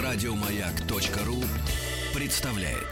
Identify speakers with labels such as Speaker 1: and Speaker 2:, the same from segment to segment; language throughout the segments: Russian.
Speaker 1: Радиомаяк.ру представляет.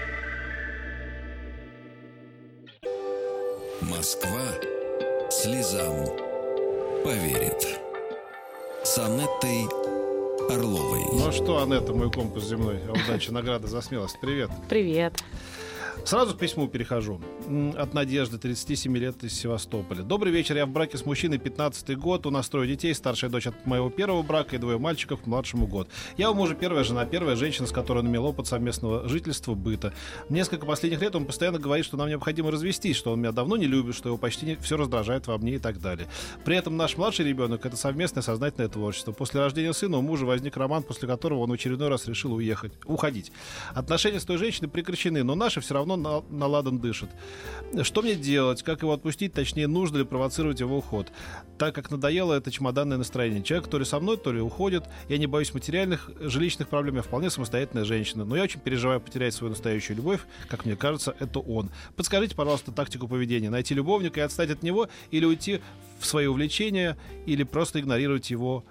Speaker 1: Москва слезам поверит. С Анеттой Орловой.
Speaker 2: Ну что, Анетта, мой компас земной, удачи, награда за смелость. Привет.
Speaker 3: Привет.
Speaker 2: Сразу к письму перехожу. От Надежды, 37 лет, из Севастополя. Добрый вечер, я в браке с мужчиной 15-й год. У нас 3 детей, старшая дочь от моего первого брака и 2 мальчиков к младшему год. Я у мужа первая жена, первая женщина, с которой он имел опыт совместного жительства, быта. Несколько последних лет он постоянно говорит, что нам необходимо развестись, что он меня давно не любит, что его почти все раздражает во мне и так далее. При этом наш младший ребенок — это совместное сознательное творчество. После рождения сына у мужа возник роман, после которого он в очередной раз решил уходить. Отношения с той женщиной прекращены, но наши все равно на ладан дышат. Что мне делать? Как его отпустить? Точнее, нужно ли провоцировать его уход? Так как надоело это чемоданное настроение. Человек то ли со мной, то ли уходит. Я не боюсь материальных, жилищных проблем. Я вполне самостоятельная женщина. Но я очень переживаю потерять свою настоящую любовь. Как мне кажется, это он. Подскажите, пожалуйста, тактику поведения. Найти любовника и отстать от него? Или уйти в свои увлечения? Или просто игнорировать его?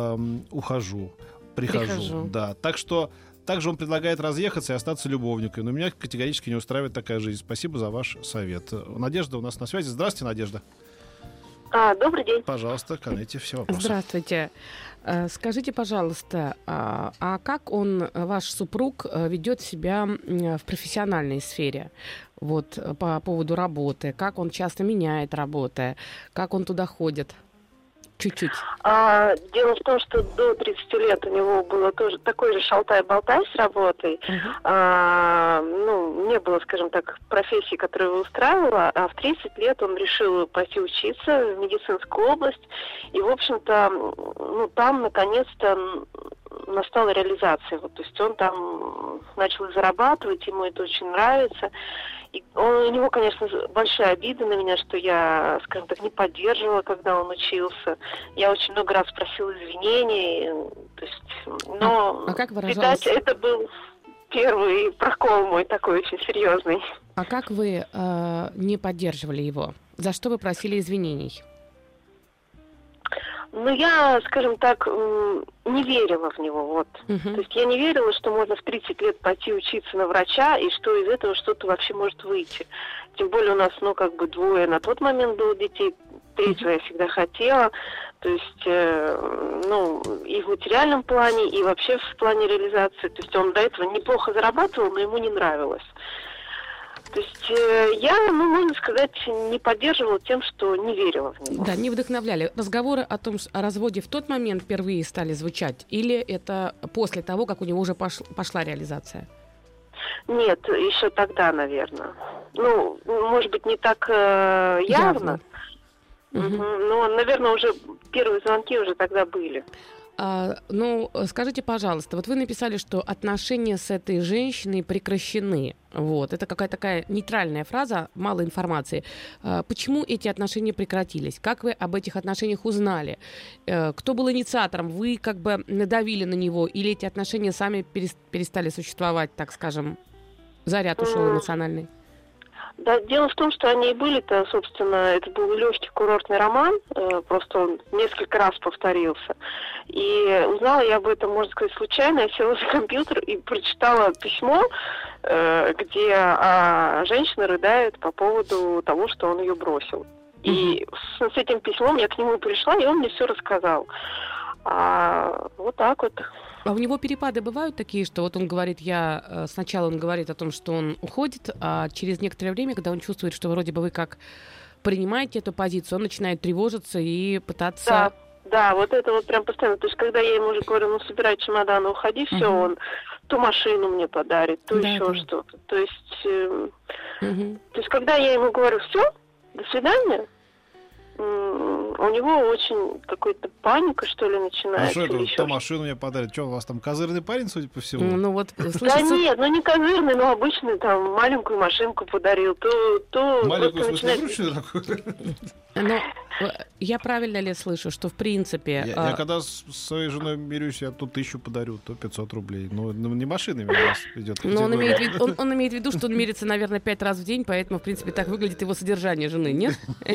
Speaker 2: Прихожу. Да. Так что также он предлагает разъехаться и остаться любовником. Но меня категорически не устраивает такая жизнь. Спасибо за ваш совет. Надежда у нас на связи. Здравствуйте, Надежда.
Speaker 4: Добрый день.
Speaker 2: Пожалуйста, к Анетте все вопросы.
Speaker 3: Здравствуйте. Скажите, пожалуйста, а как он, ваш супруг, ведет себя в профессиональной сфере? Вот по поводу работы. Как он часто меняет работы? Как он туда ходит? Чуть-чуть.
Speaker 4: Дело в том, что до 30 лет у него было тоже такой же шалтай-болтай с работой. Не было, скажем так, профессии, которая его устраивала, а в 30 лет он решил пойти учиться в медицинскую область. И, в общем-то, там, наконец-то, настала реализация. То есть он там начал зарабатывать, ему это очень нравится. И у него, конечно, большая обида на меня, что я, скажем так, не поддерживала, когда он учился. Я очень много раз просила извинений. То есть, но,
Speaker 3: как выражалось?
Speaker 4: Видать, это был первый прокол мой такой очень серьезный.
Speaker 3: А как вы не поддерживали его? За что вы просили извинений?
Speaker 4: Я, скажем так, не верила в него, вот. То есть я не верила, что можно в 30 лет пойти учиться на врача, и что из этого что-то вообще может выйти. Тем более у нас, 2 на тот момент было детей, 3-го я всегда хотела. То есть, и в материальном плане, и вообще в плане реализации. То есть он до этого неплохо зарабатывал, но ему не нравилось. То есть я, можно сказать, не поддерживала тем, что не верила в него.
Speaker 3: Да, не вдохновляли. Разговоры о разводе в тот момент впервые стали звучать? Или это после того, как у него уже пошла реализация?
Speaker 4: Нет, еще тогда, наверное. Может быть, не так явно. Но, наверное, уже первые звонки уже тогда были.
Speaker 3: Скажите, пожалуйста, вот вы написали, что отношения с этой женщиной прекращены. Вот. Это какая-то такая нейтральная фраза, мало информации. Почему эти отношения прекратились? Как вы об этих отношениях узнали? Кто был инициатором? Вы как бы надавили на него? Или эти отношения сами перестали существовать, так скажем, заряд ушел эмоциональный?
Speaker 4: Да, дело в том, что они и были-то, собственно, это был легкий курортный роман, просто он несколько раз повторился. И узнала я об этом, можно сказать, случайно. Я села за компьютер и прочитала письмо, где женщина рыдает по поводу того, что он ее бросил. И с этим письмом я к нему пришла, и он мне все рассказал. Вот так вот.
Speaker 3: А у него перепады бывают такие, что вот он говорит, сначала он говорит о том, что он уходит, а через некоторое время, когда он чувствует, что вроде бы вы как принимаете эту позицию, он начинает тревожиться и пытаться...
Speaker 4: Да, вот это вот прям постоянно. То есть, когда я ему уже говорю, собирай чемоданы, уходи, все, он то машину мне подарит, то еще что-то. То есть, когда я ему говорю, все, до свидания, у него очень какая-то паника, что ли, начинается.
Speaker 2: А что это, то машину мне подарит? Что, у вас там козырный парень, судя по всему?
Speaker 3: Слышится...
Speaker 4: Да нет, не козырный, но обычный, там, маленькую машинку подарил.
Speaker 2: Маленькую, в смысле, игрушечную такую?
Speaker 3: я правильно ли слышу, что в принципе...
Speaker 2: Я когда с своей женой мирюсь, я то 1000 подарю, то 500 рублей. Ну, не машинами у нас идет.
Speaker 3: Но он имеет в виду, что он мирится, наверное, 5 раз в день, поэтому, в принципе, так выглядит его содержание жены, нет?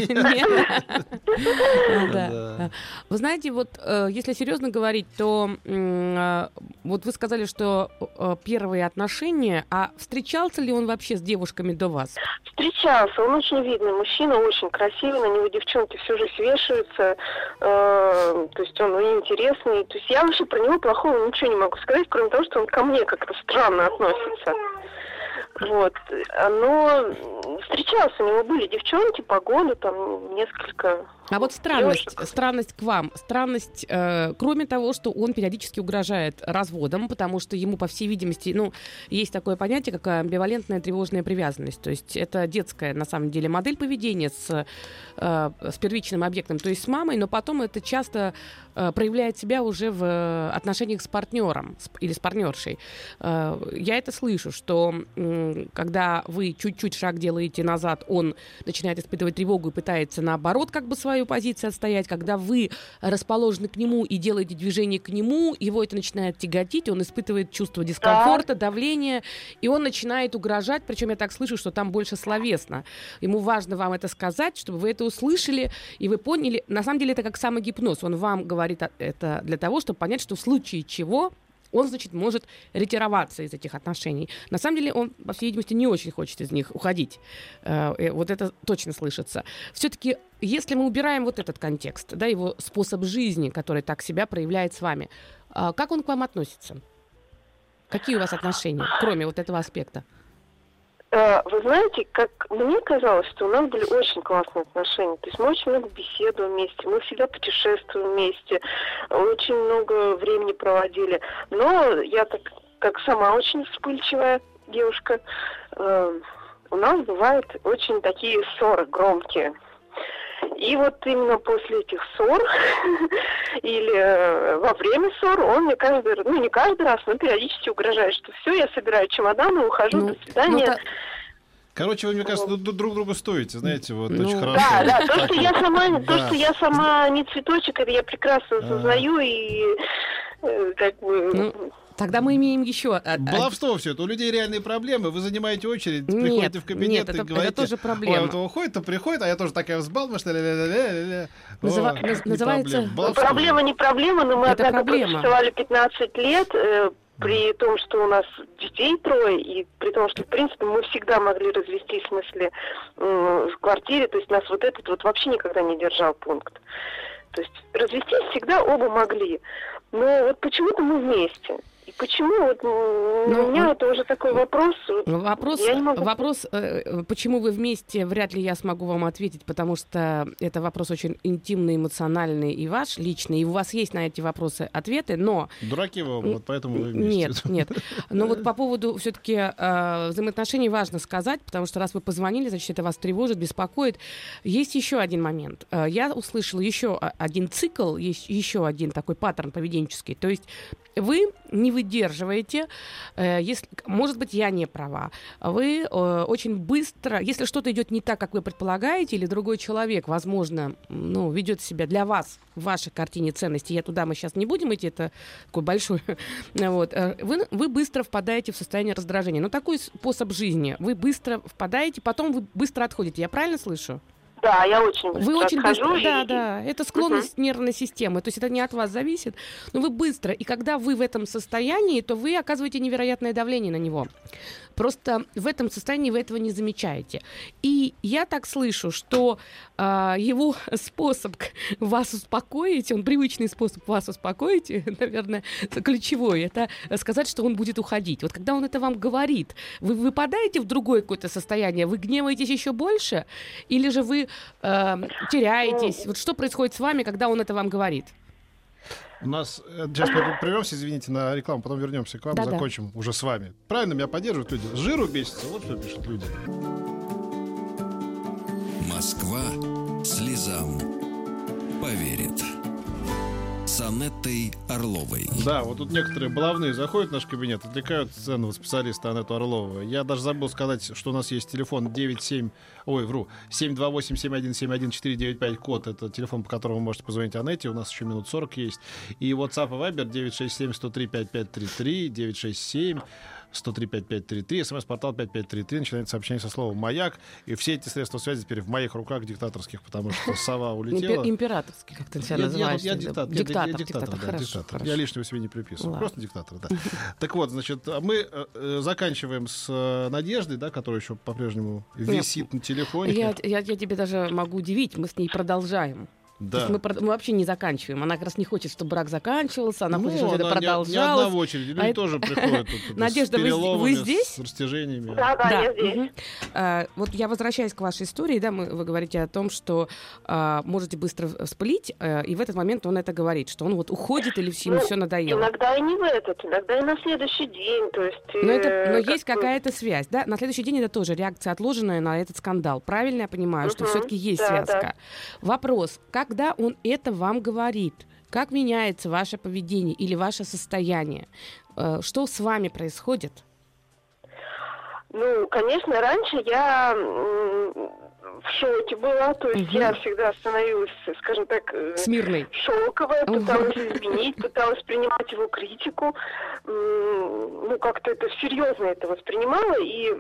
Speaker 3: Вы знаете, вот если серьезно говорить, то вот вы сказали, что первые отношения, а встречался ли он вообще с девушками до вас?
Speaker 4: Встречался, он очень видный мужчина, очень красивый, на него девчонки все же свешиваются, то есть он интересный, то есть я вообще про него плохого ничего не могу сказать, кроме того, что он ко мне как-то странно относится. Вот. Но встречался, у него были девчонки по году, там несколько.
Speaker 3: А вот странность к вам. Странность, кроме того, что он периодически угрожает разводом, потому что ему, по всей видимости, есть такое понятие, как амбивалентная тревожная привязанность. То есть это детская, на самом деле, модель поведения с первичным объектом, то есть с мамой, но потом это часто проявляет себя уже в отношениях с партнером или с партнершей. Я это слышу, что когда вы чуть-чуть шаг делаете назад, он начинает испытывать тревогу и пытается, наоборот, как бы свою позицию отстоять. Когда вы расположены к нему и делаете движение к нему, его это начинает тяготить, он испытывает чувство дискомфорта, давления, и он начинает угрожать, причем я так слышу, что там больше словесно. Ему важно вам это сказать, чтобы вы это услышали, и вы поняли. На самом деле это как самогипноз. Он вам говорит это для того, чтобы понять, что в случае чего он, значит, может ретироваться из этих отношений. На самом деле он, по всей видимости, не очень хочет из них уходить. Вот это точно слышится. Все-таки, если мы убираем вот этот контекст, да, его способ жизни, который так себя проявляет с вами, как он к вам относится? Какие у вас отношения, кроме вот этого аспекта?
Speaker 4: Вы знаете, как мне казалось, что у нас были очень классные отношения. То есть мы очень много беседуем вместе, мы всегда путешествуем вместе, очень много времени проводили. Но я так, как сама очень вспыльчивая девушка, у нас бывают очень такие ссоры громкие. И вот именно после этих ссор или во время ссор он мне не каждый раз, но периодически угрожает, что все, я собираю чемоданы, ухожу, до свидания.
Speaker 2: Короче, вы, мне кажется, друг другу стоите, знаете, вот очень хорошо.
Speaker 4: Да, то, что я сама не цветочек, это я прекрасно осознаю и как бы...
Speaker 3: Тогда мы имеем еще...
Speaker 2: Баловство все это. У людей реальные проблемы. Вы занимаете очередь, приходите в кабинет и говорите...
Speaker 3: это тоже проблема.
Speaker 2: Ой, вот уходит, то приходит, а я тоже такая взбалмошная.
Speaker 3: Называется...
Speaker 4: Проблема не проблема, но мы, однако, просуществовали 15 лет, при том, что у нас детей 3, и при том, что, в принципе, мы всегда могли развестись, в смысле, в квартире, то есть нас вот этот вот вообще никогда не держал пункт. То есть развестись всегда оба могли. Но вот почему-то мы вместе. И почему вот у меня это уже такой вопрос.
Speaker 3: Вопрос, почему вы вместе, вряд ли я смогу вам ответить, потому что это вопрос очень интимный, эмоциональный и ваш личный, и у вас есть на эти вопросы ответы, но...
Speaker 2: Дураки вы, вот поэтому вы вместе.
Speaker 3: Нет. Но вот по поводу все-таки взаимоотношений важно сказать, потому что раз вы позвонили, значит, это вас тревожит, беспокоит. Есть еще один момент. Я услышала еще один цикл, есть еще один такой паттерн поведенческий. То есть вы не выдерживаете, если, может быть, я не права, вы очень быстро, если что-то идет не так, как вы предполагаете, или другой человек, возможно, ведет себя для вас в вашей картине ценностей, мы сейчас не будем идти, это такой большой, вы быстро впадаете в состояние раздражения. Но такой способ жизни. Вы быстро впадаете, потом вы быстро отходите. Я правильно слышу?
Speaker 4: Да, я очень быстро отхожу.
Speaker 3: Да, это склонность нервной системы, то есть это не от вас зависит, но вы быстро, и когда вы в этом состоянии, то вы оказываете невероятное давление на него. Просто в этом состоянии вы этого не замечаете. И я так слышу, что его способ вас успокоить, он привычный способ вас успокоить, наверное, ключевой, это сказать, что он будет уходить. Вот когда он это вам говорит, вы выпадаете в другое какое-то состояние, вы гневаетесь еще больше, или же вы теряетесь? Вот что происходит с вами, когда он это вам говорит?
Speaker 2: У нас сейчас мы прервемся, извините, на рекламу, потом вернемся к вам, закончим уже с вами. Правильно меня поддерживают люди? С жиру бесится, вот что пишут люди.
Speaker 1: Москва слезам поверит. с Анеттой Орловой.
Speaker 2: Да, вот тут некоторые баловные заходят в наш кабинет, отвлекают ценного специалиста Анетту Орлову. Я даже забыл сказать, что у нас есть телефон 728-7171-495, код. Это телефон, по которому вы можете позвонить Анетте. У нас еще минут 40 есть. И WhatsApp и Viber 967-103-5533, 967 103-5533, смс-портал 5533, начинается сообщение со словом «Маяк». И все эти средства связи теперь в моих руках диктаторских, потому что сова улетела.
Speaker 3: Императорский, как ты себя называешь.
Speaker 2: Я диктатор.
Speaker 3: Хорошо.
Speaker 2: Я лишнего себе не приписываю.
Speaker 3: Ладно.
Speaker 2: Просто диктатор, да. Так вот, значит, мы заканчиваем с Надеждой, да, которая еще по-прежнему висит на телефоне.
Speaker 3: Я тебе даже могу удивить, мы с ней продолжаем.
Speaker 2: Да.
Speaker 3: Мы вообще не заканчиваем. Она как раз не хочет, чтобы брак заканчивался, она хочет, чтобы это
Speaker 2: Не
Speaker 3: продолжалось.
Speaker 2: одна в очереди. Люди тоже приходят
Speaker 3: Надежда,
Speaker 2: с переломами,
Speaker 3: вы здесь?
Speaker 2: с растяжениями.
Speaker 4: Да, я здесь.
Speaker 3: Вот я возвращаюсь к вашей истории, да, вы говорите о том, что можете быстро вспылить, и в этот момент он это говорит, что он вот уходит или ему все надоело.
Speaker 4: Иногда и не в этот, иногда и на следующий день. То есть,
Speaker 3: но есть какая-то связь, да? На следующий день это тоже реакция отложенная на этот скандал. Правильно я понимаю, что все-таки есть связка? Да. Вопрос, когда он это вам говорит, как меняется ваше поведение или ваше состояние? Что с вами происходит?
Speaker 4: Ну, конечно, раньше я в шоке была, то есть я всегда становилась, скажем так,
Speaker 3: смирной,
Speaker 4: шоковая, пыталась изменить, пыталась принимать его критику, ну, как-то это серьезно это воспринимала, и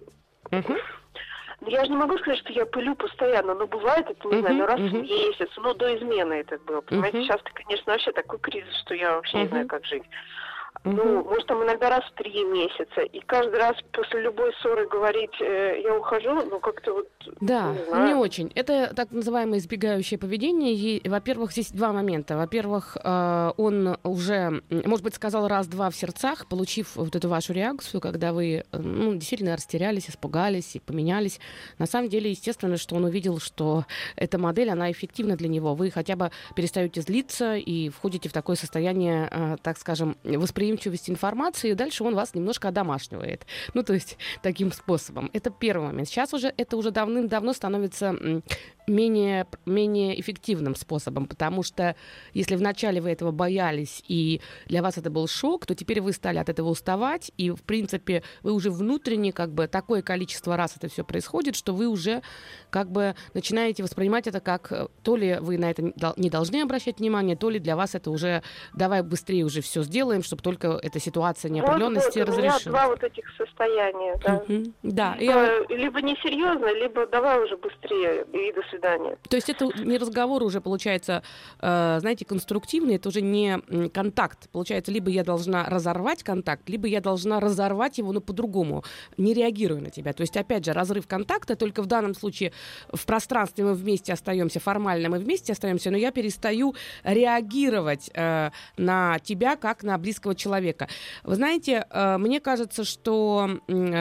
Speaker 4: я же не могу сказать, что я пылю постоянно, но бывает это, не знаю, раз в месяц, но до измены это было, понимаете, сейчас-то, конечно, вообще такой кризис, что я вообще не знаю, как жить. Ну, может, там иногда раз в 3 месяца. И каждый раз после любой ссоры говорить, я ухожу, ну, как-то вот...
Speaker 3: Да, не очень. Это так называемое избегающее поведение. И, во-первых, здесь два момента. Во-первых, он уже, может быть, сказал раз-два в сердцах, получив вот эту вашу реакцию, когда вы, ну, действительно растерялись, испугались и поменялись. На самом деле, естественно, что он увидел, что эта модель, она эффективна для него. Вы хотя бы перестаете злиться и входите в такое состояние, так скажем, восприимчивости информации, и дальше он вас немножко одомашнивает. Ну, то есть, таким способом. Это первый момент. Сейчас уже это уже давным-давно становится менее эффективным способом, потому что если вначале вы этого боялись, и для вас это был шок, то теперь вы стали от этого уставать, и, в принципе, вы уже внутренне, как бы, такое количество раз это все происходит, что вы уже, как бы, начинаете воспринимать это как, то ли вы на это не должны обращать внимание, то ли для вас это уже, давай быстрее уже все сделаем, чтобы только эта ситуация неопределенности разрешилась.
Speaker 4: У меня два вот этих состояния, да.
Speaker 3: Да.
Speaker 4: Либо несерьезно, либо давай уже быстрее, и до свидания.
Speaker 3: То есть это не разговор уже получается, знаете, конструктивный, это уже не контакт. Получается, либо я должна разорвать контакт, либо я должна разорвать его, но по-другому, не реагируя на тебя. То есть, опять же, разрыв контакта, только в данном случае в пространстве мы вместе остаемся, формально мы вместе остаемся, но я перестаю реагировать на тебя как на близкого человека. Вы знаете, мне кажется, что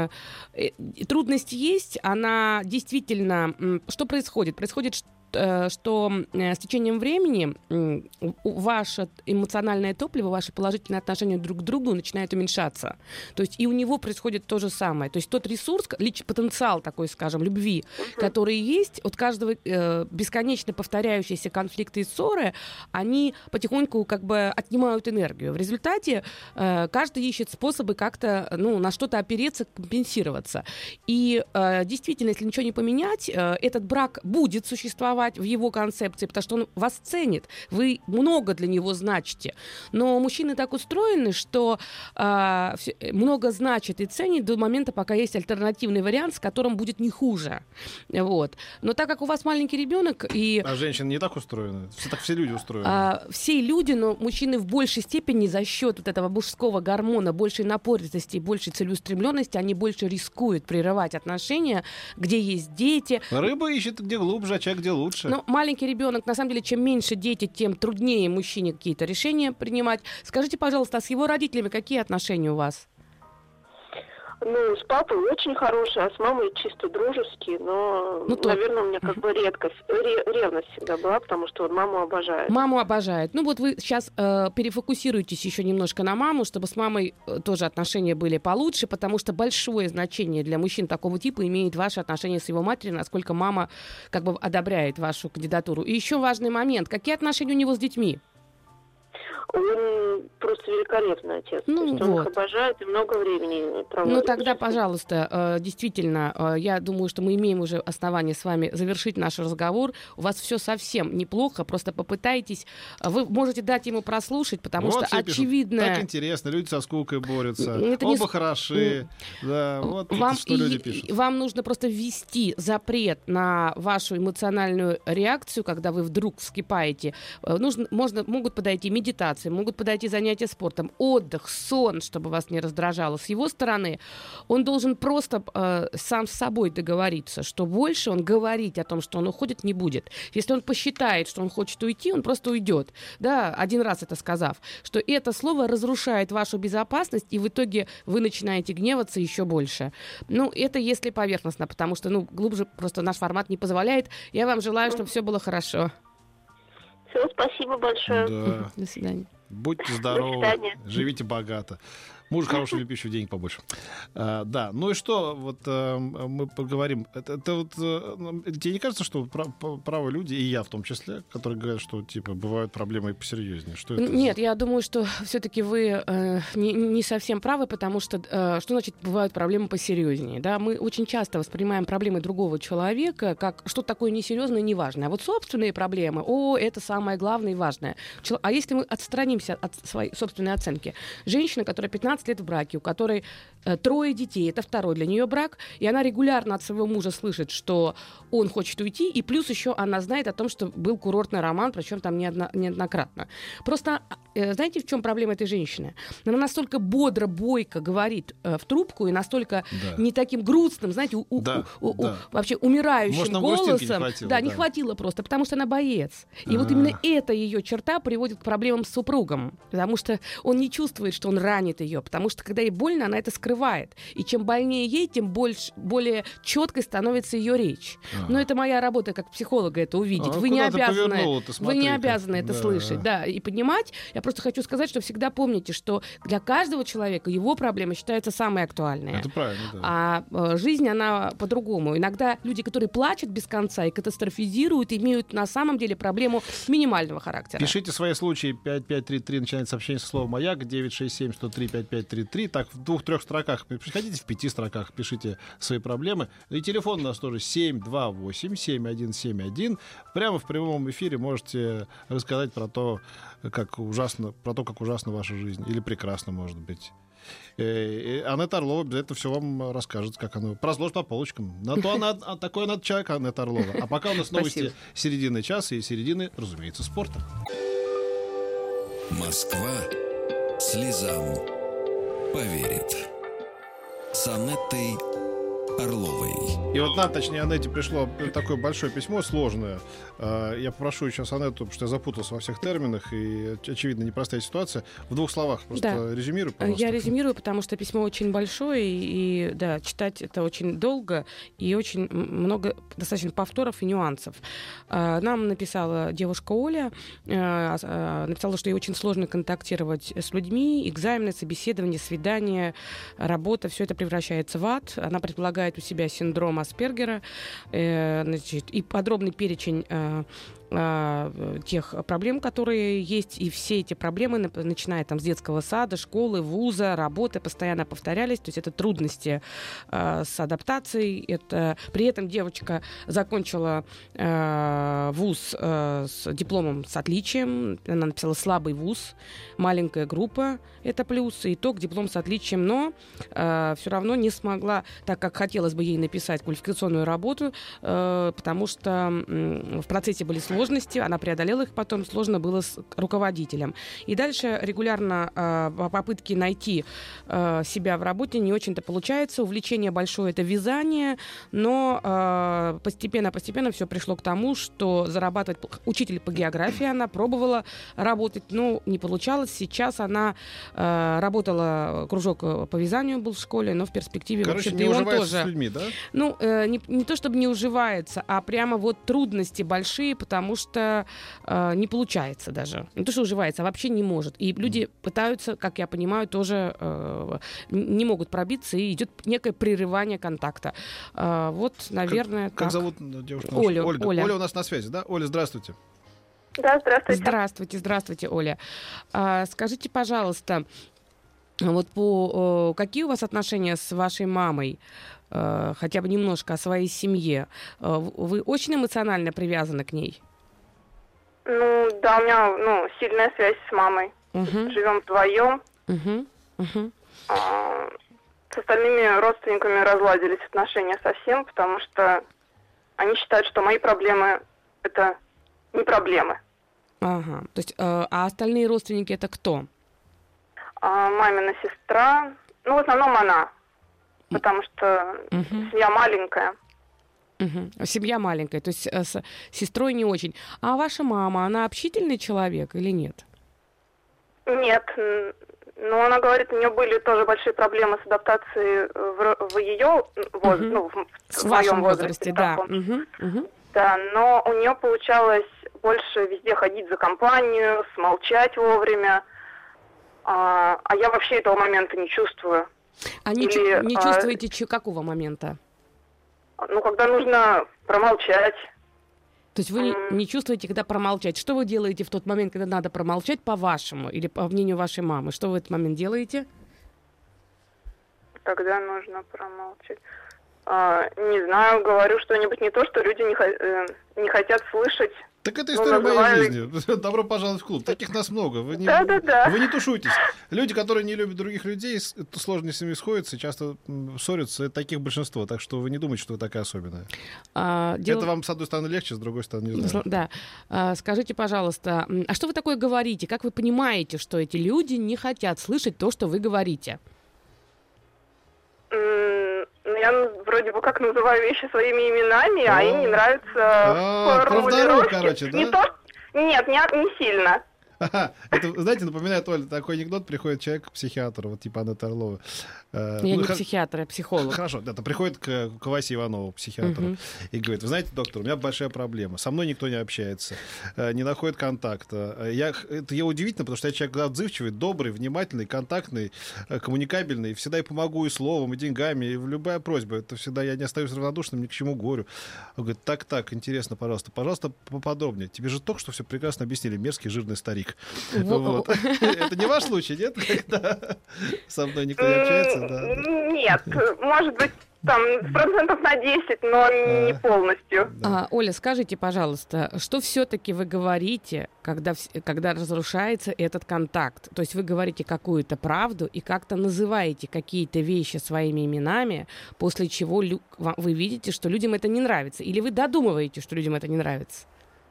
Speaker 3: трудность есть, она действительно... Что происходит? Происходит, что с течением времени ваше эмоциональное топливо, ваши положительные отношения друг к другу начинают уменьшаться. То есть и у него происходит то же самое. То есть тот ресурс, потенциал такой, скажем, любви, который есть, от каждого бесконечно повторяющиеся конфликты и ссоры, они потихоньку как бы отнимают энергию. В результате каждый ищет способы как-то, ну, на что-то опереться, компенсироваться. И действительно, если ничего не поменять, этот брак будет существовать в его концепции, потому что он вас ценит, вы много для него значите. Но мужчины так устроены, что много значит и ценит до момента, пока есть альтернативный вариант, с которым будет не хуже. Вот. Но так как у вас маленький ребенок и...
Speaker 2: А женщины не так устроены? Так все люди устроены.
Speaker 3: Все люди, но мужчины в большей степени за счет вот этого мужского гормона, большей напористости и большей целеустремленности, они больше рискуют прерывать отношения, где есть дети.
Speaker 2: Рыба ищет где глубже, а человек где лучше.
Speaker 3: Но маленький ребенок, на самом деле, чем меньше дети, тем труднее мужчине какие-то решения принимать. Скажите, пожалуйста, а с его родителями какие отношения у вас?
Speaker 4: Ну, с папой очень хорошие, а с мамой чисто дружеские, но, наверное, у меня как бы ревность всегда была, потому что он маму обожает.
Speaker 3: Маму обожает. Ну вот вы сейчас перефокусируйтесь еще немножко на маму, чтобы с мамой тоже отношения были получше, потому что большое значение для мужчин такого типа имеет ваши отношения с его матерью, насколько мама как бы одобряет вашу кандидатуру. И еще важный момент. Какие отношения у него с детьми?
Speaker 4: Он просто великолепный отец.
Speaker 3: Ну,
Speaker 4: то есть он их обожает и много времени проводит.
Speaker 3: Ну, тогда, пожалуйста, действительно, я думаю, что мы имеем уже основание с вами завершить наш разговор. У вас все совсем неплохо, просто попытайтесь. Вы можете дать ему прослушать, потому
Speaker 2: вот
Speaker 3: что очевидно...
Speaker 2: Так интересно, люди со скукой борются, оба хороши. Да, вот что люди пишут.
Speaker 3: Вам нужно просто ввести запрет на вашу эмоциональную реакцию, когда вы вдруг вскипаете. Могут подойти медитации, могут подойти занятия спортом, отдых, сон, чтобы вас не раздражало. С его стороны он должен просто сам с собой договориться, что больше он говорить о том, что он уходит, не будет. Если он посчитает, что он хочет уйти, он просто уйдет. Да, один раз это сказав, что это слово разрушает вашу безопасность, и в итоге вы начинаете гневаться еще больше. Ну, это если поверхностно, потому что, глубже просто наш формат не позволяет. Я вам желаю, чтобы все было хорошо.
Speaker 4: Все, спасибо большое.
Speaker 2: Да.
Speaker 3: До свидания.
Speaker 2: Будьте здоровы, живите богато. Муж хороший, люби пищу, денег побольше. Да, ну и что, вот мы поговорим. Это вот, тебе не кажется, что правы люди, и я в том числе, которые говорят, что типа бывают проблемы и посерьезнее? Что это?
Speaker 3: Нет, я думаю, что все-таки вы не совсем правы, потому что что значит бывают проблемы посерьезнее? Да? Мы очень часто воспринимаем проблемы другого человека как что-то такое несерьезное и неважное. А вот собственные проблемы, это самое главное и важное. А если мы отстранимся от своей собственной оценки? Женщина, которая 15 лет в браке, у которой 3 детей, это второй для нее брак, и она регулярно от своего мужа слышит, что он хочет уйти, и плюс еще она знает о том, что был курортный роман, причем там неоднократно. Просто знаете, в чем проблема этой женщины? Она настолько бодро, бойко говорит в трубку и настолько не таким грустным, знаете, вообще умирающим голосом. Не хватило просто, потому что она боец. И вот именно эта ее черта приводит к проблемам с супругом, потому что он не чувствует, что он ранит ее, потому что когда ей больно, она это скрывает. И чем больнее ей, тем более четкой становится ее речь. Но это моя работа как психолога это увидеть. Вы не обязаны это слышать, и понимать. Я просто хочу сказать, что всегда помните, что для каждого человека его проблема считается самой актуальной.
Speaker 2: Это правильно, да.
Speaker 3: А жизнь, она по-другому. Иногда люди, которые плачут без конца и катастрофизируют, имеют на самом деле проблему минимального характера.
Speaker 2: Пишите свои случаи. 5533 начинает сообщение со слова «Маяк», 967-103-5533. Так, в 2-3 строках. Приходите в 5 строках, пишите свои проблемы. И телефон у нас тоже 728-7171. Прямо в прямом эфире можете рассказать про то, как ужасно ваша жизнь. Или прекрасно, может быть. Анетта Орлова обязательно все вам расскажет, как оно. Разложит по полочкам. На то она такой она человек, Анетта Орлова. А пока у нас новости середины часа и середины, разумеется, спорта.
Speaker 1: Москва слезам поверит. С Анеттой Орловой.
Speaker 2: И вот нам, точнее, Анетте пришло такое большое письмо, сложное. Я попрошу сейчас Анетту, потому что я запутался во всех терминах, и, очевидно, непростая ситуация. В 2 словах просто резюмируй, пожалуйста.
Speaker 3: Я резюмирую, потому что письмо очень большое, и читать это очень долго, и очень много достаточно повторов и нюансов. Нам написала девушка Оля, написала, что ей очень сложно контактировать с людьми, экзамены, собеседования, свидания, работа, все это превращается в ад. Она предполагает у себя синдром Аспергера, и подробный перечень тех проблем, которые есть, и все эти проблемы, начиная с детского сада, школы, вуза, работы, постоянно повторялись, то есть это трудности с адаптацией. При этом девочка закончила вуз с дипломом с отличием, она написала слабый вуз, маленькая группа, это плюс, и итог диплом с отличием, но все равно не смогла, так как хотелось бы ей написать квалификационную работу, потому что в процессе были сложности, она преодолела их потом, сложно было с руководителем. И дальше регулярно попытки найти себя в работе не очень-то получается. Увлечение большое — это вязание, но постепенно все пришло к тому, что зарабатывать учитель по географии она пробовала работать, но не получалось. Сейчас она работала, кружок по вязанию был в школе, но в перспективе,
Speaker 2: короче,
Speaker 3: в
Speaker 2: общем-то, не уживается с людьми, да?
Speaker 3: Ну, не то чтобы не уживается, а прямо вот трудности большие, потому что не получается даже. Не то, что уживается, а вообще не может. И люди пытаются, как я понимаю, тоже не могут пробиться, и идет некое прерывание контакта. Вот, наверное,
Speaker 2: как зовут девушку?
Speaker 3: Оля.
Speaker 2: Оля у нас на связи, да? Оля, здравствуйте.
Speaker 4: Да, здравствуйте.
Speaker 3: Здравствуйте, Оля. Скажите, пожалуйста, вот какие у вас отношения с вашей мамой? Хотя бы немножко о своей семье. Вы очень эмоционально привязаны к ней?
Speaker 4: Ну, да, у меня сильная связь с мамой. Живем вдвоем. С остальными родственниками разладились отношения совсем, потому что они считают, что мои проблемы — это не проблемы.
Speaker 3: Ага. То есть, а остальные родственники — это кто?
Speaker 4: Мамина сестра. Ну, в основном она. Потому что семья маленькая.
Speaker 3: Семья маленькая, то есть с сестрой не очень. А ваша мама, она общительный человек или нет?
Speaker 4: Нет. Ну, она говорит, у нее были тоже большие проблемы с адаптацией в ее возрасте, в моем возрасте.
Speaker 3: Да.
Speaker 4: Да, но у нее получалось больше везде ходить за компанию, смолчать вовремя. А я вообще этого момента не чувствую.
Speaker 3: Не чувствуете какого момента?
Speaker 4: Ну, когда нужно промолчать.
Speaker 3: То есть вы не чувствуете, когда промолчать. Что вы делаете в тот момент, когда надо промолчать, по-вашему, или по мнению вашей мамы? Что вы в этот момент делаете?
Speaker 4: Когда нужно промолчать. Не знаю, говорю что-нибудь не то, что люди не хотят слышать.
Speaker 2: Так это история моей жизни. Добро пожаловать в клуб. Таких нас много. Вы не тушуйтесь. Люди, которые не любят других людей, это сложно с ними сходятся, часто ссорятся. Это таких большинство. Так что вы не думайте, что вы такая особенная. Это вам, с одной стороны, легче, с другой стороны, не знаю.
Speaker 3: Да. Скажите, пожалуйста, а что вы такое говорите? Как вы понимаете, что эти люди не хотят слышать то, что вы говорите?
Speaker 4: Я вроде бы как называю вещи своими именами, а им не нравится формулировки.
Speaker 2: Короче, да?
Speaker 4: Нет, не сильно.
Speaker 2: Это, знаете, напоминает, Оля, такой анекдот: приходит человек к психиатру, вот типа Анны Орловой.
Speaker 3: Я не психиатр, я психолог.
Speaker 2: Хорошо, это приходит к Васе Иванову, психиатру, и говорит: вы знаете, доктор, у меня большая проблема. Со мной никто не общается, не находит контакта. Это удивительно, потому что я человек отзывчивый, добрый, внимательный, контактный, коммуникабельный. Всегда и помогу и словом, и деньгами, и в любая просьба. Это всегда я не остаюсь равнодушным ни к чему горю. Он говорит: так, интересно, пожалуйста, поподробнее. Тебе же только что все прекрасно объяснили, мерзкий жирный старик. Вот. Это не ваш случай, нет? Когда со мной никто не общается? Да.
Speaker 4: Нет, может быть, там 10%, но не полностью.
Speaker 3: Оля, скажите, пожалуйста, что все-таки вы говорите, когда разрушается этот контакт? То есть вы говорите какую-то правду и как-то называете какие-то вещи своими именами, после чего вы видите, что людям это не нравится? Или вы додумываете, что людям это не нравится?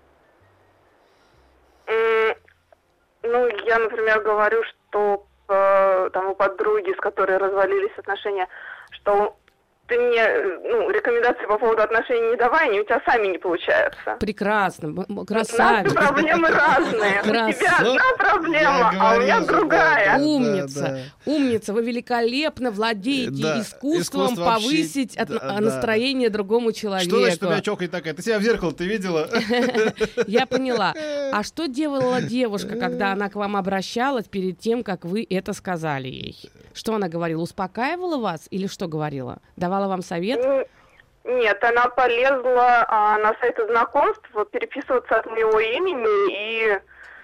Speaker 4: Ну, я, например, говорю, что у подруги, с которой развалились отношения, что ты мне рекомендации по поводу отношений не давай, они у тебя сами не получаются.
Speaker 3: Прекрасно, красавица.
Speaker 4: Наши проблемы разные. У тебя одна проблема, а у меня другая.
Speaker 3: Умница, вы великолепно владеете искусством повысить настроение другому человеку.
Speaker 2: Что значит, у меня чокает такая? Ты себя в зеркало-то видела?
Speaker 3: Я поняла. А что делала девушка, когда она к вам обращалась перед тем, как вы это сказали ей? Что она говорила? Успокаивала вас или что говорила? Давала вам совет?
Speaker 4: Нет, она полезла на сайты знакомств переписываться от моего имени, и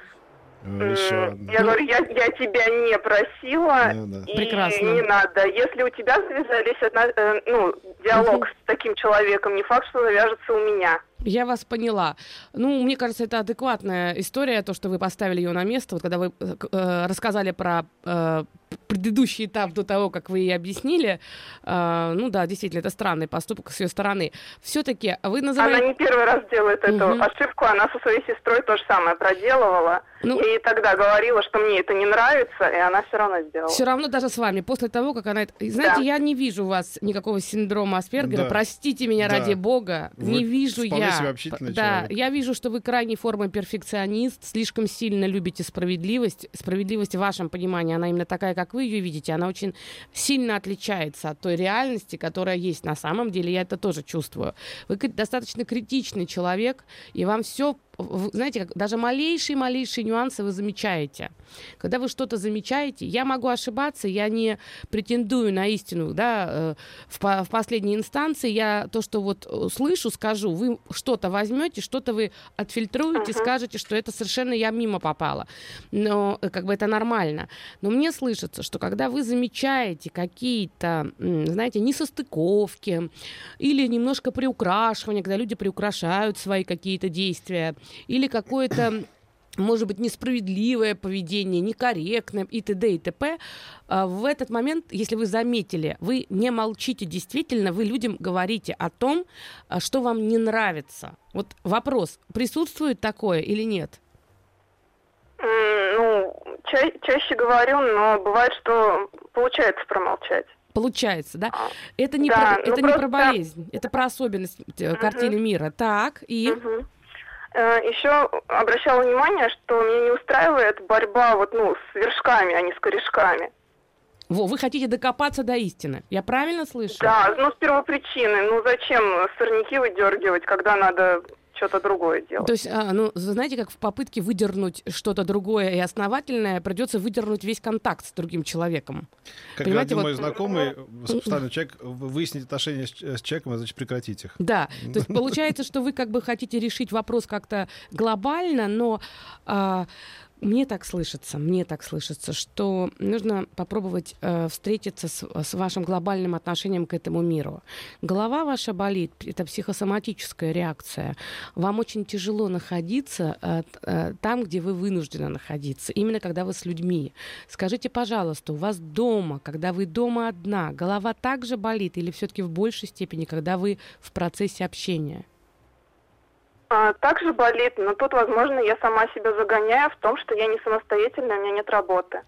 Speaker 4: я говорю, я тебя не просила, и
Speaker 3: прекрасно.
Speaker 4: Не надо. Если у тебя завязались диалог с таким человеком, не факт, что завяжется у меня.
Speaker 3: Я вас поняла. Мне кажется, это адекватная история, то, что вы поставили ее на место. Вот когда вы рассказали про предыдущий этап до того, как вы ей объяснили, действительно, это странный поступок с ее стороны. Все-таки вы называете...
Speaker 4: Она не первый раз делает эту ошибку, она со своей сестрой то же самое проделывала. Я ей тогда говорила, что мне это не нравится, и она все равно сделала.
Speaker 3: Все равно даже с вами, после того, как она... Знаете, я не вижу у вас никакого синдрома Аспергера, простите меня ради бога, не вижу я. Я вижу, что вы крайней формой перфекционист, слишком сильно любите справедливость. Справедливость в вашем понимании, она именно такая, как вы ее видите, она очень сильно отличается от той реальности, которая есть на самом деле. Я это тоже чувствую. Вы достаточно критичный человек, и вам все знаете, как даже малейшие нюансы вы замечаете. Когда вы что-то замечаете, я могу ошибаться, я не претендую на истину, да, в последней инстанции я то, что вот слышу, скажу, вы что-то возьмете, что-то вы отфильтруете, скажете, что это совершенно я мимо попала. Но как бы это нормально. Но мне слышится, что когда вы замечаете какие-то, знаете, несостыковки или немножко приукрашивания, когда люди приукрашают свои какие-то действия, или какое-то, может быть, несправедливое поведение, некорректное и т.д. и т.п. В этот момент, если вы заметили, вы не молчите действительно, вы людям говорите о том, что вам не нравится. Вот вопрос, присутствует такое или нет?
Speaker 4: Чаще говорю, но бывает, что получается промолчать.
Speaker 3: Получается, да? Это не про болезнь, это про особенность картины мира. Так, и...
Speaker 4: Еще обращала внимание, что меня не устраивает борьба с вершками, а не с корешками.
Speaker 3: Вы хотите докопаться до истины. Я правильно слышу?
Speaker 4: Да, с первопричины. Зачем сорняки выдергивать, когда надо что-то другое делать?
Speaker 3: То есть, знаете, как в попытке выдернуть что-то другое и основательное, придется выдернуть весь контакт с другим человеком.
Speaker 2: Как один мой знакомый, постоянный человек, выяснить отношения с человеком, значит, прекратить их.
Speaker 3: Да, то есть получается, что вы как бы хотите решить вопрос как-то глобально, но... Мне так слышится, что нужно попробовать встретиться с вашим глобальным отношением к этому миру. Голова ваша болит, это психосоматическая реакция. Вам очень тяжело находиться там, где вы вынуждены находиться, именно когда вы с людьми. Скажите, пожалуйста, у вас дома, когда вы дома одна, голова также болит или все-таки в большей степени, когда вы в процессе общения?
Speaker 4: Также болит, но тут, возможно, я сама себя загоняю в том, что я не самостоятельная, у меня нет работы.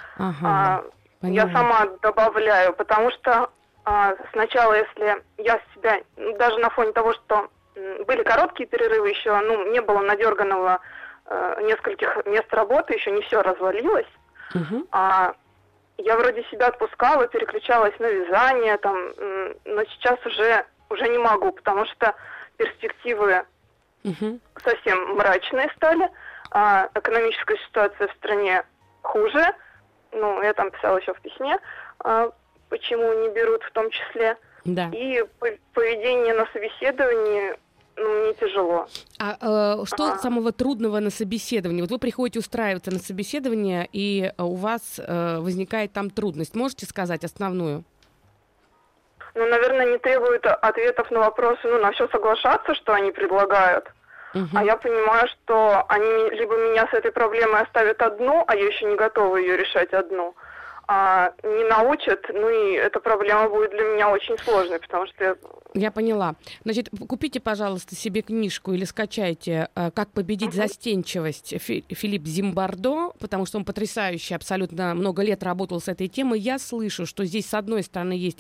Speaker 4: Я сама добавляю, потому что сначала, если я себя, даже на фоне того, что были короткие перерывы еще, не было надерганного нескольких мест работы, еще не все развалилось, я вроде себя отпускала, переключалась на вязание, но сейчас уже не могу, потому что перспективы совсем мрачные стали, экономическая ситуация в стране хуже, я там писала еще в письме, почему не берут в том числе, и поведение на собеседовании, мне тяжело.
Speaker 3: Что самого трудного на собеседовании? Вот вы приходите устраиваться на собеседование, и у вас возникает там трудность. Можете сказать основную?
Speaker 4: Наверное, не требуют ответов на вопросы, на все соглашаться, что они предлагают. А я понимаю, что они либо меня с этой проблемой оставят одну, а я еще не готова ее решать одну, не научат, и эта проблема будет для меня очень сложной, потому что...
Speaker 3: Я поняла. Значит, купите, пожалуйста, себе книжку или скачайте «Как победить застенчивость» Филипп Зимбардо, потому что он потрясающий, абсолютно много лет работал с этой темой. Я слышу, что здесь, с одной стороны, есть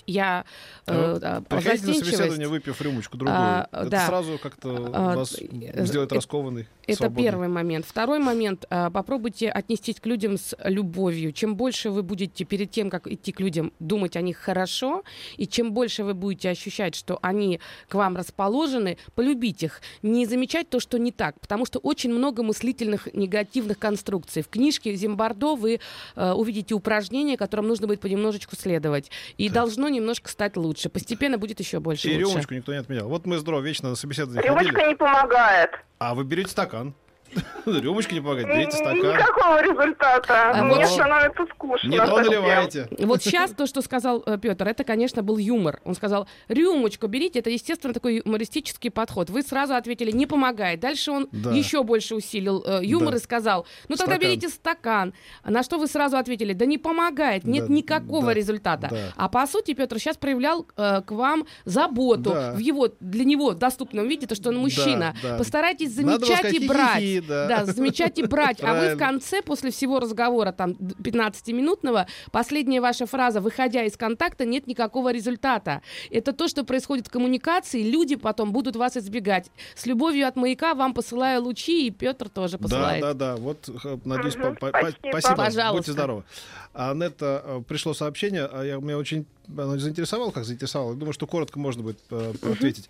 Speaker 2: приходите на собеседование, выпив рюмочку другую. Это сразу как-то вас сделает раскованной.
Speaker 3: Это
Speaker 2: свободной.
Speaker 3: Первый момент. Второй момент. Попробуйте отнестись к людям с любовью. Чем больше вы будете перед тем, как идти к людям, думать о них хорошо, и чем больше вы будете ощущать, что они к вам расположены, полюбить их. Не замечать то, что не так. Потому что очень много мыслительных негативных конструкций. В книжке Зимбардо вы увидите упражнения, которым нужно будет понемножечку следовать. И должно немножко стать лучше. Постепенно будет еще больше.
Speaker 2: И
Speaker 3: лучше.
Speaker 2: рюмочку никто не отменял. Вот мы здорово вечно на собеседование
Speaker 4: ходили. Рюмочка не помогает.
Speaker 2: А вы берете стакан. Рюмочка не помогает, берите стакан.
Speaker 4: Никакого результата. Мне становится скучно.
Speaker 2: Не то наливаете.
Speaker 3: Вот сейчас то, что сказал Петр, это, конечно, был юмор. Он сказал, рюмочку берите, это, естественно, такой юмористический подход. Вы сразу ответили, не помогает. Дальше он еще больше усилил юмор и сказал, тогда берите стакан. На что вы сразу ответили, да не помогает, нет никакого результата. А по сути Петр сейчас проявлял к вам заботу в его, для него доступном виде, то, что он мужчина. Постарайтесь замечать и брать. Замечать и брать. А вы в конце, после всего разговора, 15-минутного, последняя ваша фраза, выходя из контакта, нет никакого результата. Это то, что происходит в коммуникации, люди потом будут вас избегать. С любовью от Маяка вам посылаю лучи, и Петр тоже посылает.
Speaker 2: Да. Вот, надеюсь,
Speaker 4: спасибо.
Speaker 3: Пожалуйста.
Speaker 2: Будьте здоровы. Анетта, пришло сообщение, меня очень заинтересовало, как заинтересовало. Думаю, что коротко можно будет ответить.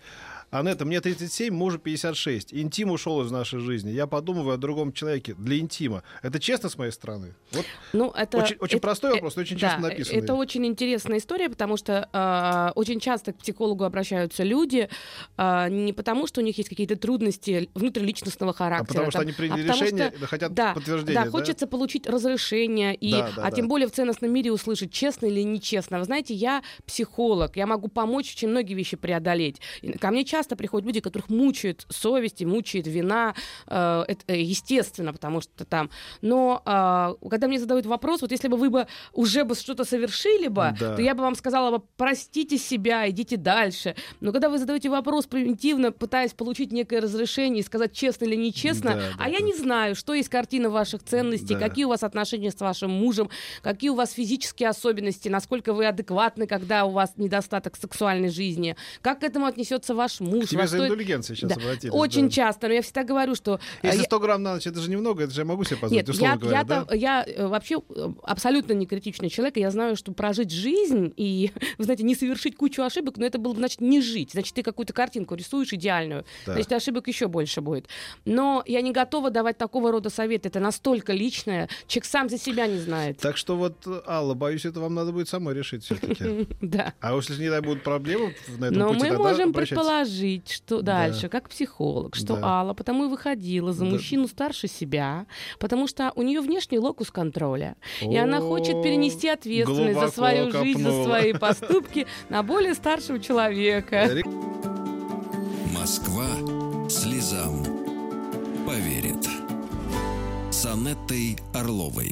Speaker 2: Анетта, мне 37, мужу 56. Интим ушел из нашей жизни. Я подумываю о другом человеке для интима. Это честно с моей стороны? Вот.
Speaker 3: Ну, это,
Speaker 2: очень простой вопрос, но очень честно написанный.
Speaker 3: Это очень интересная история, потому что очень часто к психологу обращаются люди не потому, что у них есть какие-то трудности внутриличностного характера.
Speaker 2: А потому что они приняли решение, хотят подтверждения.
Speaker 3: Да, хочется получить разрешение, тем более в ценностном мире услышать, честно или нечестно. Вы знаете, я психолог, я могу помочь очень многие вещи преодолеть. Ко мне часто приходят люди, которых мучает совесть, мучает вина, это естественно, потому что там. Но когда мне задают вопрос, вот если бы вы бы уже бы что-то совершили бы, то я бы вам сказала бы, простите себя, идите дальше. Но когда вы задаете вопрос примитивно, пытаясь получить некое разрешение и сказать, честно или нечестно, я не знаю, что есть картина ваших ценностей, какие у вас отношения с вашим мужем, какие у вас физические особенности, насколько вы адекватны, когда у вас недостаток сексуальной жизни, как к этому отнесется ваш муж.
Speaker 2: К тебе за индульгенцией сейчас обратились.
Speaker 3: Очень часто, но я всегда говорю, что...
Speaker 2: Если 100 грамм на ночь, это же немного, это же я могу себе позволить, условно говоря, да?
Speaker 3: Я вообще абсолютно не критичный человек, и я знаю, что прожить жизнь и, вы знаете, не совершить кучу ошибок, но это было бы, значит, не жить. Значит, ты какую-то картинку рисуешь идеальную, значит, ошибок еще больше будет. Но я не готова давать такого рода советы. Это настолько личное, человек сам за себя не знает.
Speaker 2: Так что вот, Алла, боюсь, это вам надо будет самой решить все-таки.
Speaker 3: Да.
Speaker 2: А если не дай будут проблемы на этом пути,
Speaker 3: но мы можем предположить, что дальше, как психолог, что Алла потому и выходила за мужчину старше себя, потому что у нее внешний локус контроля. И она хочет перенести ответственность за свою жизнь, за свои поступки на более старшего человека.
Speaker 1: Москва слезам поверит. С Анеттой Орловой.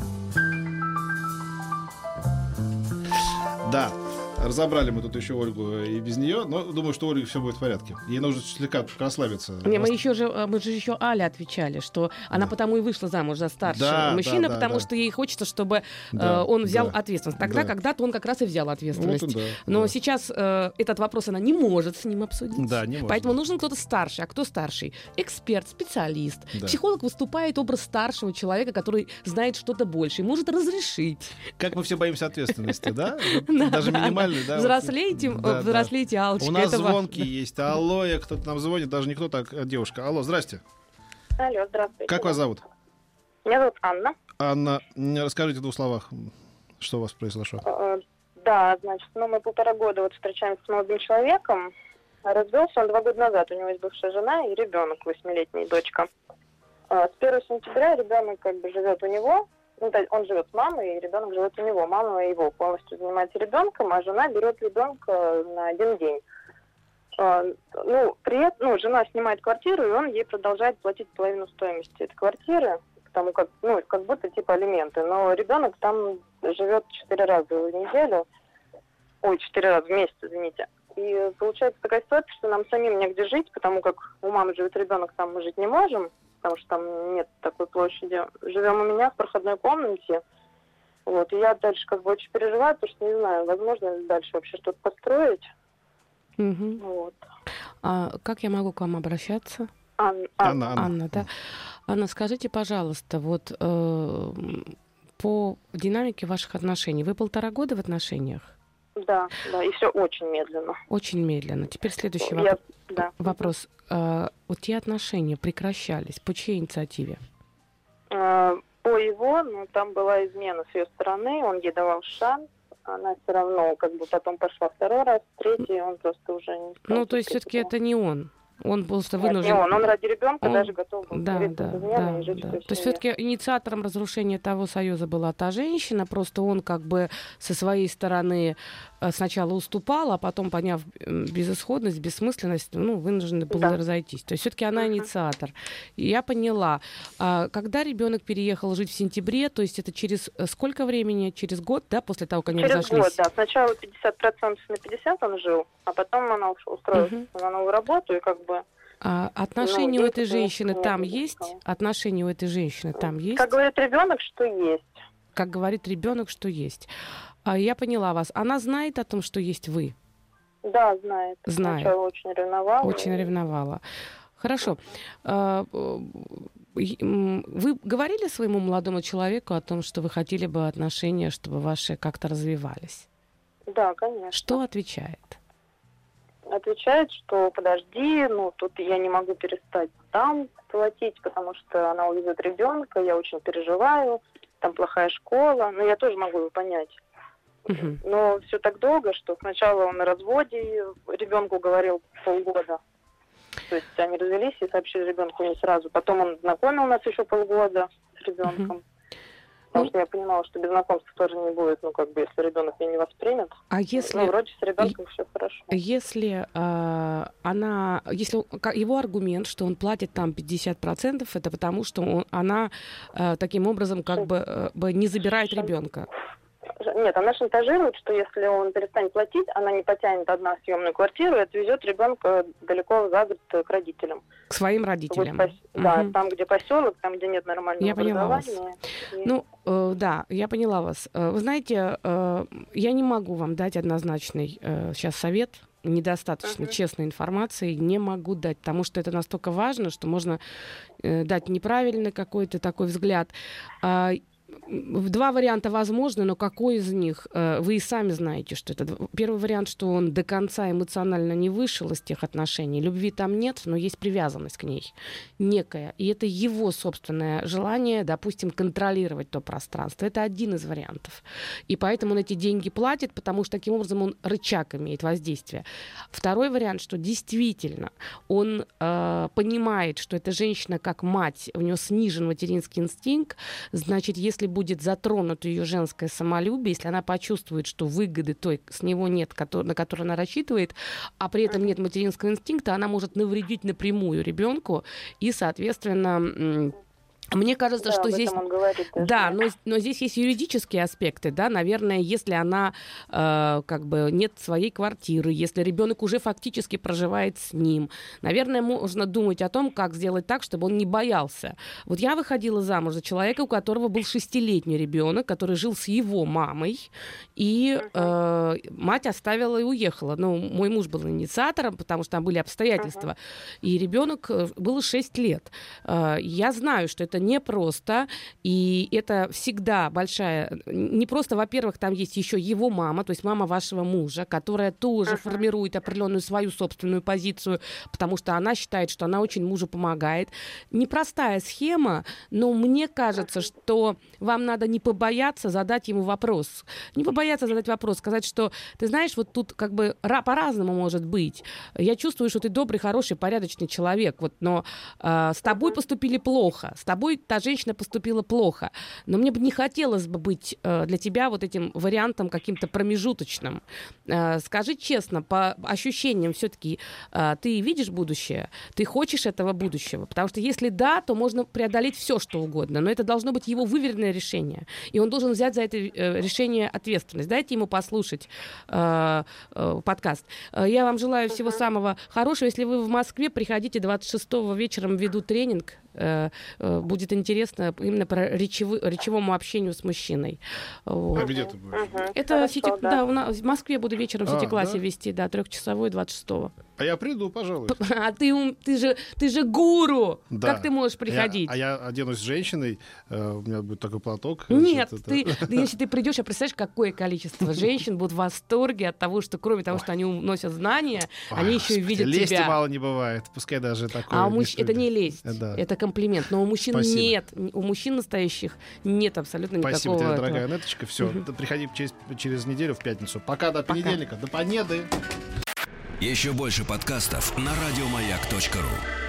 Speaker 2: Да. Разобрали мы тут еще Ольгу и без нее, но думаю, что у Ольги все будет в порядке. Ей нужно слегка расслабиться.
Speaker 3: Не, мы же еще Але отвечали, что она потому и вышла замуж за старшего мужчину, потому что ей хочется, чтобы он взял ответственность. Тогда когда-то он как раз и взял ответственность. Но сейчас этот вопрос она не может с ним обсудить.
Speaker 2: Да, не может.
Speaker 3: Поэтому нужен кто-то старший. А кто старший? Эксперт, специалист. Психолог выступает образ старшего человека, который знает что-то больше и может разрешить.
Speaker 2: Как мы все боимся ответственности, да? Даже минимально. Да,
Speaker 3: взрослейте, Аллочка.
Speaker 2: У нас звонки есть. Алло, кто-то нам звонит, даже не кто-то, а девушка. Алло, здрасте.
Speaker 4: Алло, здравствуйте.
Speaker 2: Как вас зовут?
Speaker 4: Меня зовут Анна.
Speaker 2: Анна, расскажите в двух словах, что у вас произошло.
Speaker 4: Да, значит, мы 1,5 года вот встречаемся с молодым человеком. Развелся он 2 года назад. У него есть бывшая жена и ребенок, 8-летняя дочка. С 1 сентября ребенок как бы живет у него. Ну, он живет с мамой, и ребенок живет у него. Мама его полностью занимается ребенком, а жена берет ребенка на 1 день. Жена снимает квартиру, и он ей продолжает платить половину стоимости этой квартиры, потому как, как будто типа алименты. Но ребенок там живет 4 раза в неделю, 4 раза в месяц, извините. И получается такая ситуация, что нам самим негде жить, потому как у мамы живет ребенок, там мы жить не можем, потому что там нет такой площади. Живем у меня в проходной комнате. Вот. И я дальше как бы очень переживаю, потому что не знаю, возможно ли дальше вообще что-то построить.
Speaker 3: Угу.
Speaker 4: Вот.
Speaker 3: А как я могу к вам обращаться?
Speaker 2: Анна,
Speaker 3: да. Анна, скажите, пожалуйста, вот по динамике ваших отношений. Вы 1,5 года в отношениях?
Speaker 4: Да, и все очень медленно.
Speaker 3: Очень медленно. Теперь следующий вопрос. Вот те отношения прекращались по чьей инициативе?
Speaker 4: По его, там была измена с ее стороны, он ей давал шанс, она все равно как бы потом пошла 2-й раз, 3-й, он просто уже не стал.
Speaker 3: То есть все-таки это не он? Он просто вынужден...
Speaker 4: Нет, не он ради ребенка даже готов был и жить.
Speaker 3: То есть все-таки инициатором разрушения того союза была та женщина, просто он как бы со своей стороны сначала уступал, а потом, поняв безысходность, бессмысленность, вынужден был разойтись. То есть все-таки она инициатор. И я поняла. Когда ребенок переехал жить в сентябре, то есть это через сколько времени? Через год, да, после того, как они разошлись?
Speaker 4: Через год, да. Сначала 50% на 50 он жил, а потом она устроилась на новую работу и как бы...
Speaker 3: Отношения у этой женщины там есть? Отношения у этой женщины там есть?
Speaker 4: Как говорит ребенок, что есть.
Speaker 3: Как говорит ребенок, что есть. Я поняла вас. Она знает о том, что есть вы?
Speaker 4: Да, знает. Сначала очень ревновала.
Speaker 3: Очень ревновала. Хорошо. Вы говорили своему молодому человеку о том, что вы хотели бы отношения, чтобы ваши как-то развивались?
Speaker 4: Да, конечно.
Speaker 3: Что отвечает?
Speaker 5: отвечает, что подожди, тут я не могу перестать там платить, потому что она увезет ребенка, я очень переживаю, там плохая школа, но я тоже могу его понять. Но все так долго, что сначала он на разводе ребенку говорил полгода. То есть они развелись и сообщили ребенку не сразу. Потом он знакомил нас еще полгода с ребенком. Потому что я понимала, что без знакомства тоже не будет, если ребенок меня не воспримет.
Speaker 3: А если...
Speaker 5: вроде с ребенком все хорошо.
Speaker 3: Если его аргумент, что он платит там 50%, это потому, что она таким образом не забирает ребенка.
Speaker 5: Нет, она шантажирует, что если он перестанет платить, она не потянет одна съемную квартиру и отвезет ребенка далеко за город к родителям.
Speaker 3: К своим родителям.
Speaker 5: Да, там, где поселок, там, где нет нормального
Speaker 3: образования. Да, я поняла вас. Вы знаете, я не могу вам дать однозначный сейчас совет. Недостаточно честной информации не могу дать, потому что это настолько важно, что можно дать неправильный какой-то такой взгляд. Два варианта возможны, но какой из них? Вы и сами знаете, что это... Первый вариант, что он до конца эмоционально не вышел из тех отношений. Любви там нет, но есть привязанность к ней некая. И это его собственное желание, допустим, контролировать то пространство. Это один из вариантов. И поэтому он эти деньги платит, потому что таким образом он рычаг имеет воздействие. Второй вариант, что действительно он понимает, что эта женщина как мать, у нее снижен материнский инстинкт, значит, если будет затронуто ее женское самолюбие, если она почувствует, что выгоды той с него нет, на которую она рассчитывает, а при этом нет материнского инстинкта, она может навредить напрямую ребенку и, соответственно... Мне кажется, что здесь...
Speaker 5: Говорит,
Speaker 3: да, но здесь есть юридические аспекты, да, наверное, если она нет своей квартиры, если ребенок уже фактически проживает с ним, наверное, можно думать о том, как сделать так, чтобы он не боялся. Вот я выходила замуж за человека, у которого был 6-летний ребенок, который жил с его мамой, и мать оставила и уехала. Мой муж был инициатором, потому что там были обстоятельства, и ребенок было 6 лет. Я знаю, что это непросто, и это всегда большая... Не просто, во-первых, там есть еще его мама, то есть мама вашего мужа, которая тоже формирует определенную свою собственную позицию, потому что она считает, что она очень мужу помогает. Непростая схема, но мне кажется, что вам надо не побояться задать ему вопрос. Не побояться задать вопрос, сказать, что, ты знаешь, вот тут по-разному может быть. Я чувствую, что ты добрый, хороший, порядочный человек, но с тобой поступили плохо, с тобой та женщина поступила плохо. Но мне бы не хотелось бы быть для тебя вот этим вариантом каким-то промежуточным. Скажи честно, по ощущениям все-таки ты видишь будущее? Ты хочешь этого будущего? Потому что если да, то можно преодолеть все, что угодно. Но это должно быть его выверенное решение. И он должен взять за это решение ответственность. Дайте ему послушать подкаст. Я вам желаю всего самого хорошего. Если вы в Москве, приходите 26-го вечером, веду тренинг. Будет интересно именно про речевому общению с мужчиной.
Speaker 2: Вот. А где ты будешь?
Speaker 3: Это в Москве буду вечером в сети-классе вести, 3-часовой 26-го.
Speaker 2: А я приду, пожалуйста.
Speaker 3: А ты же гуру! Да. Как ты можешь приходить?
Speaker 2: Я оденусь женщиной, у меня будет такой платок.
Speaker 3: Нет, если ты придешь, представляешь, какое количество женщин будут в восторге от того, что кроме того, что они уносят знания, они еще и видят тебя.
Speaker 2: Лести мало не бывает, пускай даже такое.
Speaker 3: А это не лесть, это комплимент. Но у мужчин нет, у мужчин настоящих нет абсолютно никакого.
Speaker 2: Спасибо тебе, дорогая Неточка. Все, приходи через неделю в пятницу. Пока до понедельника. До победы.
Speaker 1: Еще больше подкастов на радиомаяк.ру.